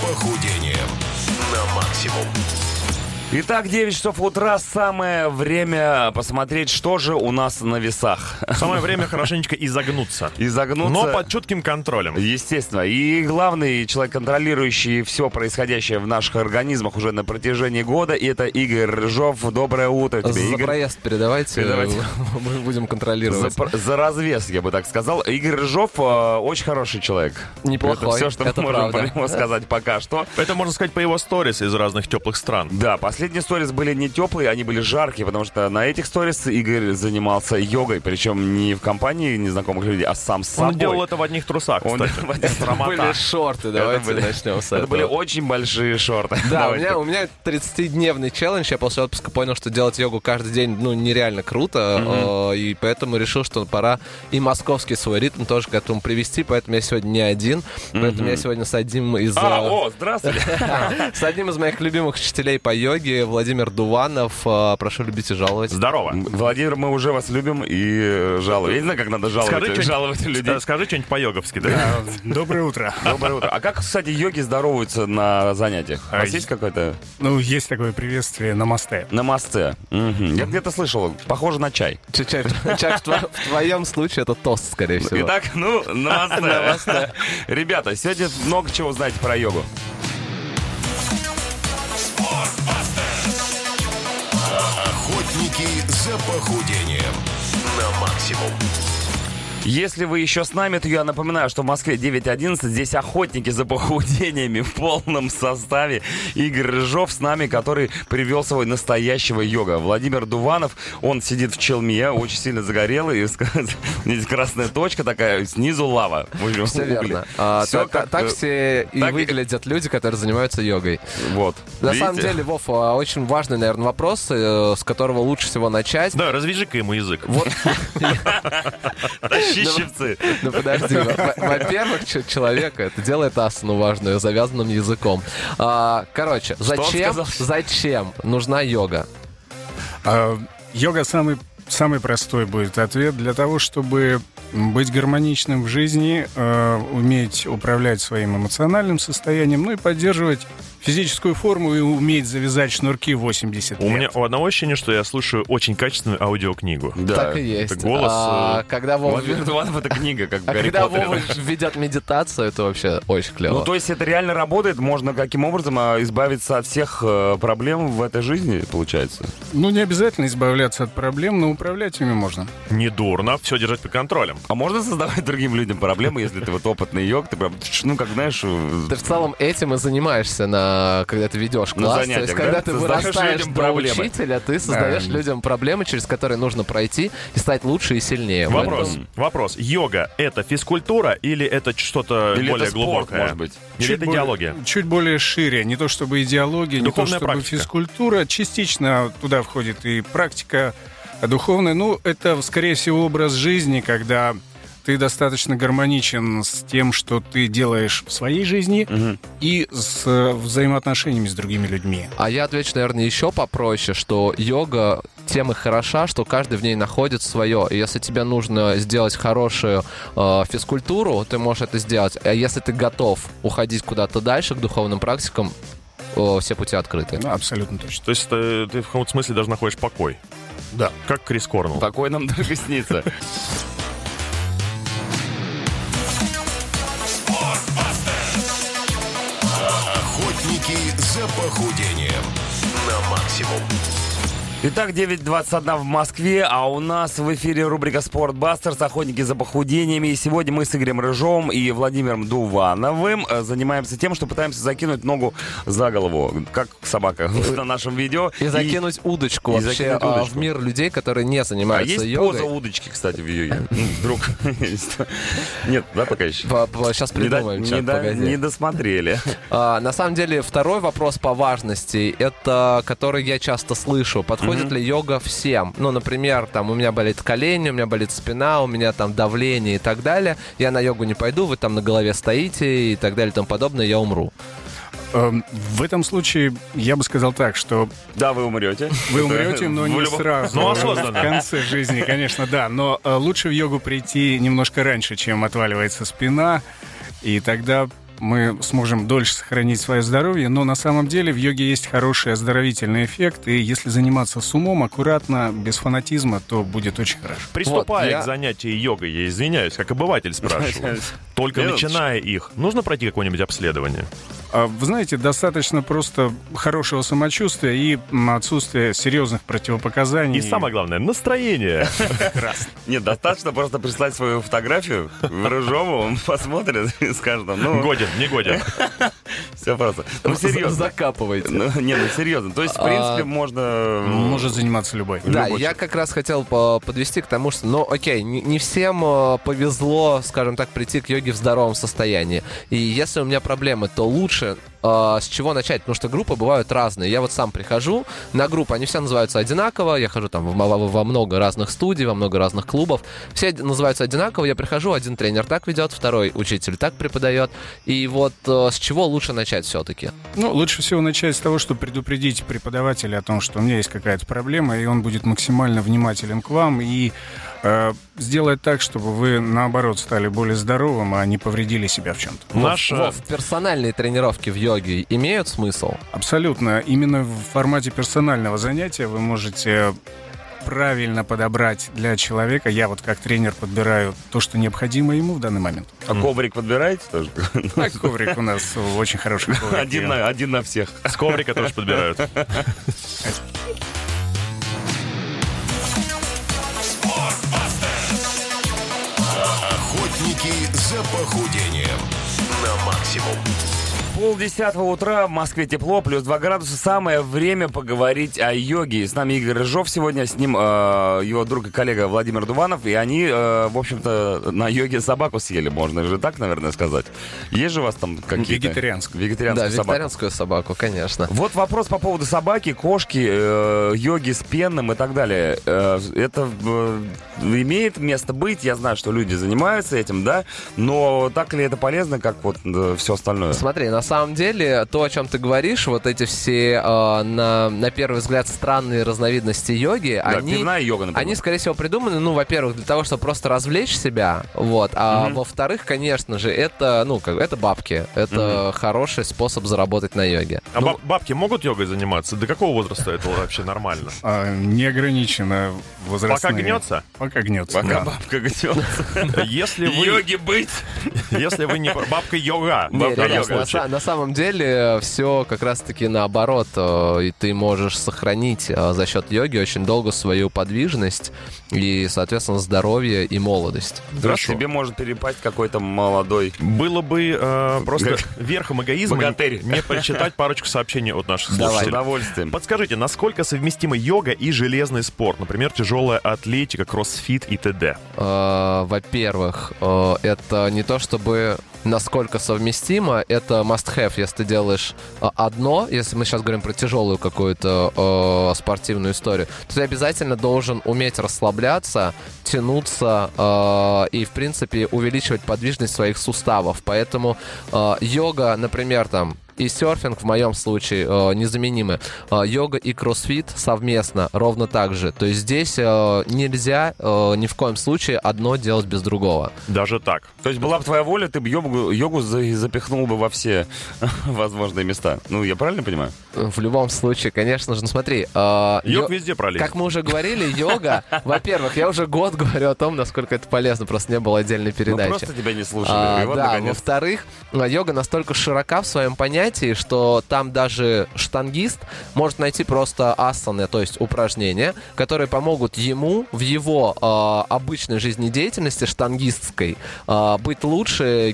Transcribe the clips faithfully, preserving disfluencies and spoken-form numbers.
похудением на максимум. Итак, девять часов утра, самое время посмотреть, что же у нас на весах. Самое время хорошенечко изогнуться. Изогнуться. Но под чутким контролем. Естественно. И главный человек, контролирующий все происходящее в наших организмах уже на протяжении года, и это Игорь Рыжов. Доброе утро тебе, За Игорь. проезд передавайте, Передавайте. мы будем контролировать. За, за развес, я бы так сказал. Игорь Рыжов э, очень хороший человек. Неплохой, Это все, что это мы можем правда. про него сказать пока что. Это можно сказать по его сторис из разных теплых стран. Да, последние сторис были не теплые, они были жаркие, потому что на этих сторис Игорь занимался йогой, причем не в компании незнакомых людей, а сам с собой. Он делал это в одних трусах, Он- кстати. Были шорты, давайте были- начнем с Это этого. были очень большие шорты. Да, у Давайте. меня, у меня тридцатидневный челлендж. Я после отпуска понял, что делать йогу каждый день, ну, нереально круто. э, И поэтому решил, что пора и московский свой ритм тоже к этому привести. Поэтому я сегодня не один. Поэтому я сегодня с одним из... А, э, о, здравствуйте. С одним из моих любимых учителей по йоге, Владимир Дуванов. Э, Прошу любить и жаловать. Здорово. Владимир, мы уже вас любим и э, жалуем. Я не знаю, как надо жаловать, Скажи что-нибудь- жаловать людей. Скажи что-нибудь по-йоговски, да? Доброе утро. Доброе утро. А как, кстати, йоги здороваются на занятиях? У вас А, есть какое-то... Ну, есть такое приветствие намасте. Намасте. Мгм. Я где-то слышал. Похоже на чай. Чай, чай, чай в тво- в твоем случае это тост, скорее всего. Итак, ну, намасте. Ребята, сегодня много чего узнаете про йогу. Охотники за похудением на максимум. Если вы еще с нами, то я напоминаю, что в Москве девять одиннадцать. Здесь охотники за похудениями в полном составе. Игорь Рыжов с нами, который привел свой настоящего йога. Владимир Дуванов, он сидит в челме, очень сильно загорелый. И здесь красная точка такая, снизу лава. Все верно. А, Всё та- та- как, так э, все и так и- выглядят люди, которые занимаются йогой. Вот. На Видите? самом деле, Вов, а, очень важный, наверное, вопрос, э, с которого лучше всего начать. Да, развяжи-ка ему язык. Вот, Тащи щипцы. ну подожди. Во- Во-первых, ч- человек это делает асану важную, завязанным языком. А, Короче, он зачем, сказал? зачем нужна йога? А, йога самый, самый простой будет ответ для того, чтобы быть гармоничным в жизни, э, уметь управлять своим эмоциональным состоянием, ну и поддерживать физическую форму и уметь завязать шнурки в восемьдесят У лет. меня одно ощущение, что я слушаю очень качественную аудиокнигу. Да. Так и есть. это голос, А, э, Когда Вова Владимир Дуванов — это книга, как в а Гарри когда Поттере. Вова ведет медитацию, это вообще очень клево. Ну, то есть это реально работает? Можно каким образом а, избавиться от всех э, проблем в этой жизни, получается? Ну, не обязательно избавляться от проблем, но управлять ими можно. Недурно, все держать под контролем. А можно создавать другим людям проблемы, если ты вот опытный йог, ты прям, ну, как знаешь... э, Ты в целом этим и занимаешься, на, когда ты ведешь На класс. занятиях, То есть, когда да? ты Создаешь вырастаешь людям до проблемы. учителя, ты создаешь Да. людям проблемы, через которые нужно пройти и стать лучше и сильнее. Вопрос, Поэтому- вопрос. Йога — это физкультура или это что-то Или более это спорт, глубокое? может быть? Или Чуть это более- идеология? Чуть более шире. Не то чтобы идеология, не то Духовная чтобы практика. физкультура. Частично туда входит и практика духовная. Ну, это, скорее всего, образ жизни, когда ты достаточно гармоничен с тем, что ты делаешь в своей жизни, и с э, взаимоотношениями с другими людьми. А я отвечу, наверное, еще попроще, что йога тем и хороша, что каждый в ней находит свое. И если тебе нужно сделать хорошую э, физкультуру, ты можешь это сделать. А если ты готов уходить куда-то дальше, к духовным практикам, э, все пути открыты. Ну, абсолютно точно. То есть ты, ты в каком-то смысле даже находишь покой. Да. Как Крис Корнелл. Такое нам только снится. Охотники за похудением на максимум. Итак, девять двадцать один в Москве, а у нас в эфире рубрика «Спортбастерс. Охотники за похудениями». И сегодня мы с Игорем Рыжовым и Владимиром Дувановым э, занимаемся тем, что пытаемся закинуть ногу за голову, как собака на нашем видео. И закинуть удочку и вообще закинуть а, удочку. в мир людей, которые не А занимаются есть йогой. поза удочки, кстати, в йоге? Ну, вдруг есть. Нет, да, пока еще? Сейчас Не до- придумаем, не чат, до- погоди. Не досмотрели. А, на самом деле, второй вопрос по важности, это который я часто слышу. Подходит ли йога всем? Ну, например, там у меня болит колени, у меня болит спина, у меня там давление и так далее. Я на йогу не пойду, вы там на голове стоите и так далее и тому подобное, я умру. Эм, В этом случае я бы сказал так, что Да, вы умрете. вы умрете, но В не любом- сразу. Ну, осознанно. В конце жизни, конечно, да. Но э, лучше в йогу прийти немножко раньше, чем отваливается спина. И тогда мы сможем дольше сохранить свое здоровье, но на самом деле в йоге есть хороший оздоровительный эффект, и если заниматься с умом, аккуратно, без фанатизма, то будет очень хорошо. Приступая Вот, я- к занятию йогой, я извиняюсь, как обыватель спрашиваю, только Минуточку. начиная их, нужно пройти какое-нибудь обследование? А, Вы знаете, достаточно просто хорошего самочувствия и м, отсутствия серьезных противопоказаний. И самое главное, настроение. Нет, достаточно просто прислать свою фотографию Рыжову, он посмотрит и скажет, там, ну, Годен, не годен. все просто. Ну, серьезно. Закапывайте. Ну, не, ну, серьезно. То есть, в принципе, можно... Может заниматься любой. Да, Любой я как раз хотел по- подвести к тому, что, ну, окей, не, не всем э, повезло, скажем так, прийти к йоге в здоровом состоянии. И если у меня проблемы, то лучше э, с чего начать, потому что группы бывают разные. Я вот сам прихожу на группы, они все называются одинаково, я хожу там в- во, во много разных студий, во много разных клубов, все од- называются одинаково, я прихожу, один тренер так ведет, второй учитель так преподает. И вот э, с чего лучше начать все-таки? Ну, лучше всего начать с того, что предупредить преподавателя о том, что у меня есть какая-то проблема, и он будет максимально внимателен к вам и э, сделает так, чтобы вы, наоборот, стали более здоровым, а не повредили себя в чем-то. Наша... Вов, персональные тренировки в йоге имеют смысл? Абсолютно. Именно в формате персонального занятия вы можете правильно подобрать для человека. Я вот как тренер подбираю то, что необходимо ему в данный момент. А коврик подбираете тоже? А коврик у нас очень хороший коврик. Один на, один на всех. С коврика тоже подбирают. Охотники за похудением на максимум. Полдесятого утра, в Москве тепло, плюс два градуса. Самое время поговорить о йоге. С нами Игорь Рыжов сегодня, с ним э, его друг и коллега Владимир Дуванов. И они, э, в общем-то, на йоге собаку съели, можно же так, наверное, сказать. Есть же у вас там какие-то... Вегетарианскую. Вегетарианскую Да, собаку. вегетарианскую собаку, конечно. Вот вопрос по поводу собаки, кошки, э, йоги с пенным и так далее. Э, это э, имеет место быть. Я знаю, что люди занимаются этим, да, но так ли это полезно, как вот э, все остальное? Смотри, на самом деле, то, о чем ты говоришь, вот эти все, э, на, на первый взгляд, странные разновидности йоги, Да, они, пивная йога, например. они, скорее всего, придуманы, ну, во-первых, для того, чтобы просто развлечь себя, вот, а Мгм. во-вторых, конечно же, это, ну, как, это бабки, это хороший способ заработать на йоге. А баб- бабки могут йогой заниматься? До какого возраста это вообще нормально? А, не ограничено возрастные. Пока гнется? Пока гнется, Пока да. бабка гнется. Если вы, Йоги быть. если вы не... Бабка йога. Не, Бабка ребят, йога. на, са- на самом деле все как раз-таки наоборот, э, и ты можешь сохранить э, за счет йоги очень долго свою подвижность и, соответственно, здоровье и молодость. То есть Хорошо. тебе может перепасть какой-то молодой... Было бы э, просто Как- верхом эгоизма Богатырь. не прочитать парочку сообщений от наших С слушателей. удовольствием. Подскажите, насколько совместимы йога и железный спорт? Например, тяжелая атлетика, кроссфит и т.д. Э, Во-первых, э, это не то чтобы насколько совместимо, это must-have, если ты делаешь э, одно, если мы сейчас говорим про тяжелую какую-то э, спортивную историю, то ты обязательно должен уметь расслабляться, тянуться э, и, в принципе, увеличивать подвижность своих суставов. Поэтому э, йога, например, там, и серфинг в моем случае э, незаменимы. Э, йога и кроссфит совместно ровно так же. То есть здесь э, нельзя э, ни в коем случае одно делать без другого. Даже так. То есть была бы твоя воля, ты бы йогу, йогу за- запихнул бы во все возможные места. Ну, я правильно понимаю? В любом случае, конечно же, ну смотри. э, Йог йо- везде пролезет. Как мы уже говорили, йога, во-первых, я уже год говорю о том, насколько это полезно, просто не было отдельной Ну, передачи. просто тебя не слушали. А, И вот, да, наконец. во-вторых, а, йога настолько широка в своем понятии, что там даже штангист может найти просто асаны, то есть упражнения, которые помогут ему в его а, обычной жизнедеятельности штангистской а, быть лучше,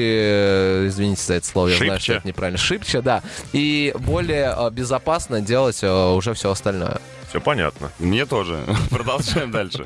гибче, извините за это слово, я знаю, что Шибче. это неправильно, шибче, да, и более а, безопасно делать а, уже все остальное. Все понятно. Мне тоже. Продолжаем дальше.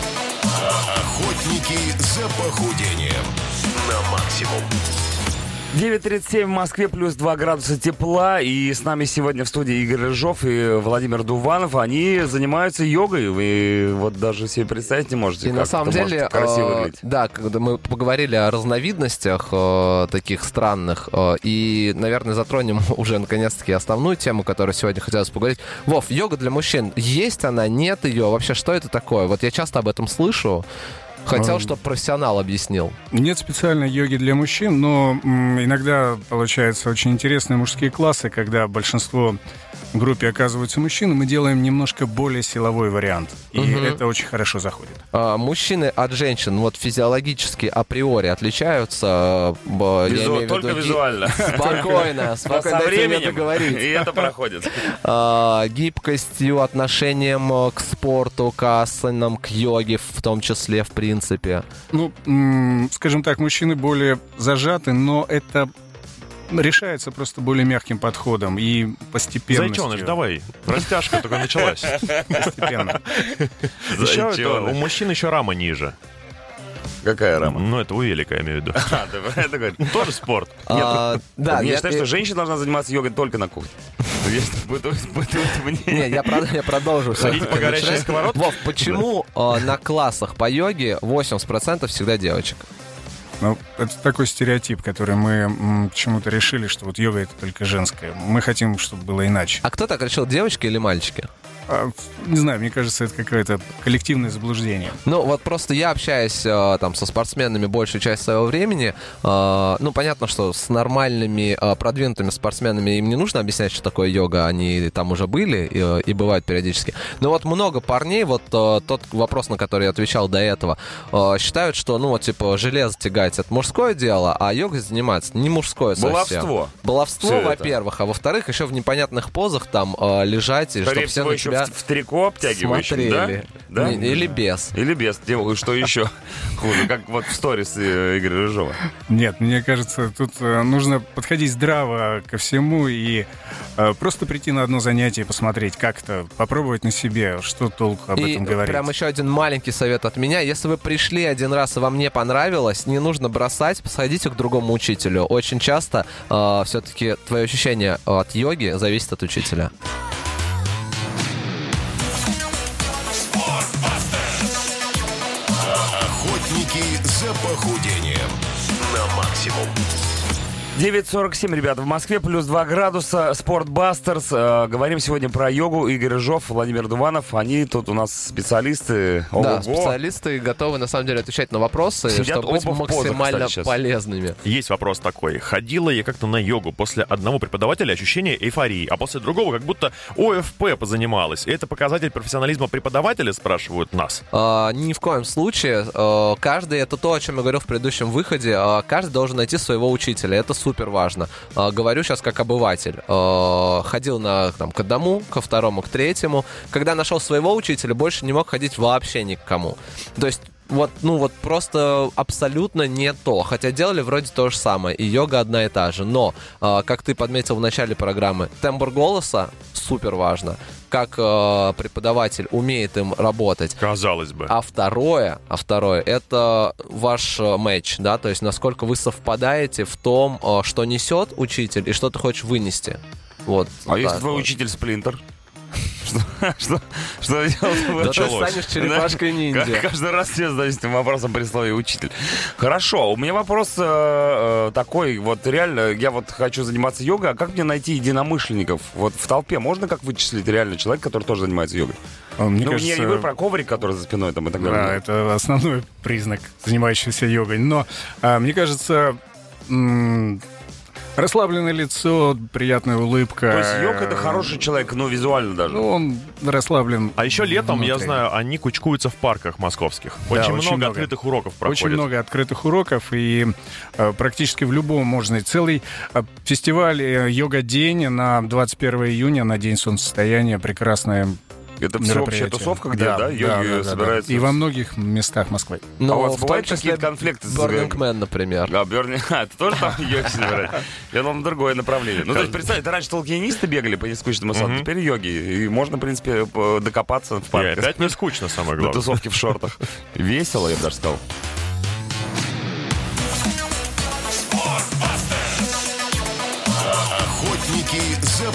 Охотники за похудением на максимум. девять тридцать семь в Москве, плюс два градуса тепла. И с нами сегодня в студии Игорь Рыжов и Владимир Дуванов. Они занимаются йогой. Вы вот даже себе представить не можете, И как на самом это деле, может красиво э, выглядеть. да, когда мы поговорили о разновидностях э, таких странных, э, и, наверное, затронем уже наконец-таки основную тему, которую сегодня хотелось поговорить. Вов, йога для мужчин, есть она, нет ее? Вообще, что это такое? Вот я часто об этом слышу. Хотел, чтобы профессионал объяснил. Нет специальной йоги для мужчин, но м, иногда получаются очень интересные мужские классы, когда большинство в группе оказываются мужчины, мы делаем немножко более силовой вариант. И Мгм. это очень хорошо заходит. А, мужчины от женщин вот физиологически априори отличаются? э, б- я Визу- имею в Только виду ги- визуально. Спокойно, Но спокойно, со дайте мне временем договорить. и это проходит. А, гибкостью, отношением э, к спорту, к асанам, к йоге в том числе, в принципе. Ну, м, скажем так, мужчины более зажаты, но это решается просто более мягким подходом и постепенностью. Зайчоныч, давай. Растяжка только началась. Постепенно. Еще это, Зайчоныч. у мужчин еще рама ниже. Какая рама? Ну, это у велика, я имею в виду. А, да, это говорит. Тоже спорт. А, да, Я я- считаю, что женщина должна заниматься йогой только на кухне. Есть бытует бытует Не, мнение. я, прод- я продолжу. Ходить по горячей Начинать. сковородке? Вов, почему э, на классах по йоге восемьдесят процентов всегда девочек? Ну, это такой стереотип, который мы м, почему-то решили, что вот йога — это только женская. Мы хотим, чтобы было иначе. А кто так решил, девочки или мальчики? А, не знаю, мне кажется, это какое-то коллективное заблуждение. Ну, вот просто я общаюсь э, там со спортсменами большую часть своего времени. Э, ну, понятно, что с нормальными, э, продвинутыми спортсменами им не нужно объяснять, что такое йога. Они там уже были и, э, и бывают периодически. Но вот много парней, вот э, тот вопрос, на который я отвечал до этого, э, считают, что, ну, вот, типа, железо тягать — это мужское дело, а йогой заниматься не мужское совсем. Баловство. Баловство, Всё это. во-первых. А во-вторых, еще в непонятных позах там э, лежать, и Скорее чтобы все всего, на еще тебя в, в трико обтягивающем, смотрели. да? Да? Не- Или без. Или без. Тем- Что еще хуже? Как вот в сторис э, Игоря Рыжова. Нет, мне кажется, тут э, нужно подходить здраво ко всему и э, просто прийти на одно занятие и посмотреть, как это, попробовать на себе, что толку об И этом говорить. прям еще один маленький совет от меня. Если вы пришли один раз и вам не понравилось, не нужно бросать, сходите к другому учителю. Очень часто э, все-таки твое ощущение от йоги зависит от учителя. Охотники за похудением на максимум. девять сорок семь, ребята, в Москве, плюс два градуса, Спортбастерс. Э, говорим сегодня про йогу. Игорь Рыжов, Владимир Дуванов. Они тут у нас специалисты. Да, Ого-го. специалисты готовы на самом деле отвечать на вопросы, Сидят чтобы быть оба в позах, максимально кстати, сейчас. полезными. Есть вопрос такой. Ходила я как-то на йогу. После одного преподавателя ощущение эйфории, а после другого как будто ОФП позанималась. И это показатель профессионализма преподавателя, спрашивают нас. А, ни в коем случае. А, каждый, это то, о чем я говорил в предыдущем выходе, а, каждый должен найти своего учителя. Это супер важно. А, говорю сейчас как обыватель. А, ходил на, там, к одному, ко второму, к третьему. Когда нашел своего учителя, больше не мог ходить вообще ни к кому. То есть вот, ну вот просто абсолютно не то. Хотя делали вроде то же самое. И йога одна и та же. Но, а, как ты подметил в начале программы, тембр голоса супер важно. Как э, преподаватель умеет им работать. Казалось бы. А второе, а второе, это ваш э, матч, да, то есть насколько вы совпадаете в том, э, что несет учитель и что ты хочешь вынести. Вот. А если так твой вот. учитель сплинтер? Что, что, что делать? Да ты Началось. станешь черепашкой ниндзя. Как- Каждый раз тебе задаюсь этим вопросом при слове «учитель». Хорошо, у меня вопрос э, э, такой. Вот реально, я вот хочу заниматься йогой, а как мне найти единомышленников? Вот в толпе можно как вычислить реально человека, который тоже занимается йогой? А, Мне ну, кажется, я не говорю про коврик, который за спиной там и так далее. да, это основной признак занимающегося йогой. Но а, мне кажется, м, расслабленное лицо, приятная улыбка. То есть йог — это хороший человек, ну, визуально даже. Ну, он расслаблен. А еще летом, я внутри. знаю, они кучкуются в парках московских. Да, Очень, очень много, много. открытых уроков проходит. Очень много открытых уроков, и э, практически в любом можно. И целый э, фестиваль э, «Йога-день» на двадцать первого июня, на День солнцестояния. Прекрасное Это всеобщая мероприятие. тусовка, где, да, йоги да, да, да. собираются? И во многих местах Москвы. Но А у вас в том бывают числе какие-то конфликты с- Burning Man, например. А, Берни, а, это тоже там йоги собирают? Я думал, другое направление. Ну, то есть, представь, это раньше толкинисты бегали по нескучному саду, Мгм. теперь йоги. И можно, в принципе, п- докопаться в И парке. опять не скучно, самое До главное. тусовки в шортах. Весело, я бы даже сказал.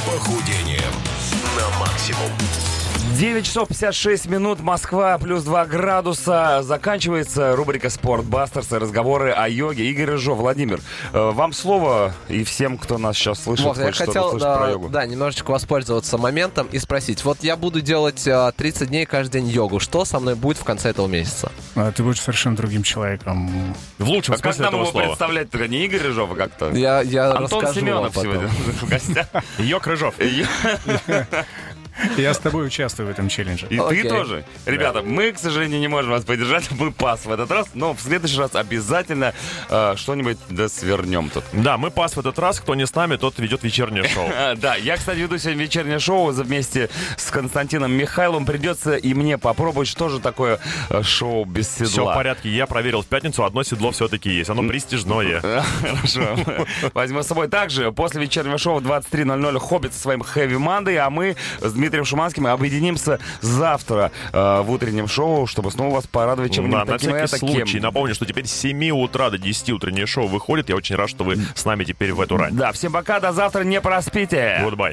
похудением на максимум. девять часов пятьдесят шесть минут, Москва, плюс два градуса. Заканчивается рубрика «Спортбастерс» и разговоры о йоге. Игорь Рыжов, Владимир, э, вам слово и всем, кто нас сейчас слышит, Вот, я хочет что-то хотел, услышать да, про йогу. да, немножечко воспользоваться моментом и спросить. Вот я буду делать э, тридцать дней каждый день йогу. Что со мной будет в конце этого месяца? А ты будешь совершенно другим человеком. В лучшем А как смысле нам этого его слова. представлять? Только не Игорь Рыжов, а как-то? Я, я Антон расскажу Семенов вам потом. сегодня в гостях. Йог Рыжов. Я с тобой участвую в этом челлендже. И Окей. ты тоже. Ребята, мы, к сожалению, не можем вас поддержать. Мы пас в этот раз, но в следующий раз обязательно э, что-нибудь да свернем тут. Да, мы пас в этот раз. Кто не с нами, тот ведет вечернее шоу. А, да, я, кстати, веду сегодня вечернее шоу за- вместе с Константином Михайловым. Придется и мне попробовать, что же такое э, шоу без седла. Все в порядке. Я проверил в пятницу, одно седло все-таки есть. Оно престижное. Хорошо. Возьму с собой также. После вечернего шоу в двадцать три ноль ноль «Хоббит» со своим Heavy Monday, а мы с Дмитрием Шуманским объединимся завтра э, в утреннем шоу, чтобы снова вас порадовать Да, чем-нибудь на таким и всякий таким. случай. Напомню, что теперь с семи утра до десяти утреннее шоу выходит. Я очень рад, что вы с нами теперь в эту рань. Да, всем пока, до завтра, не проспите. Goodbye.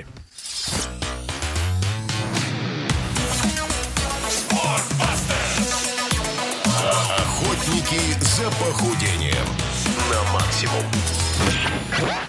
Охотники за похудением на максимум.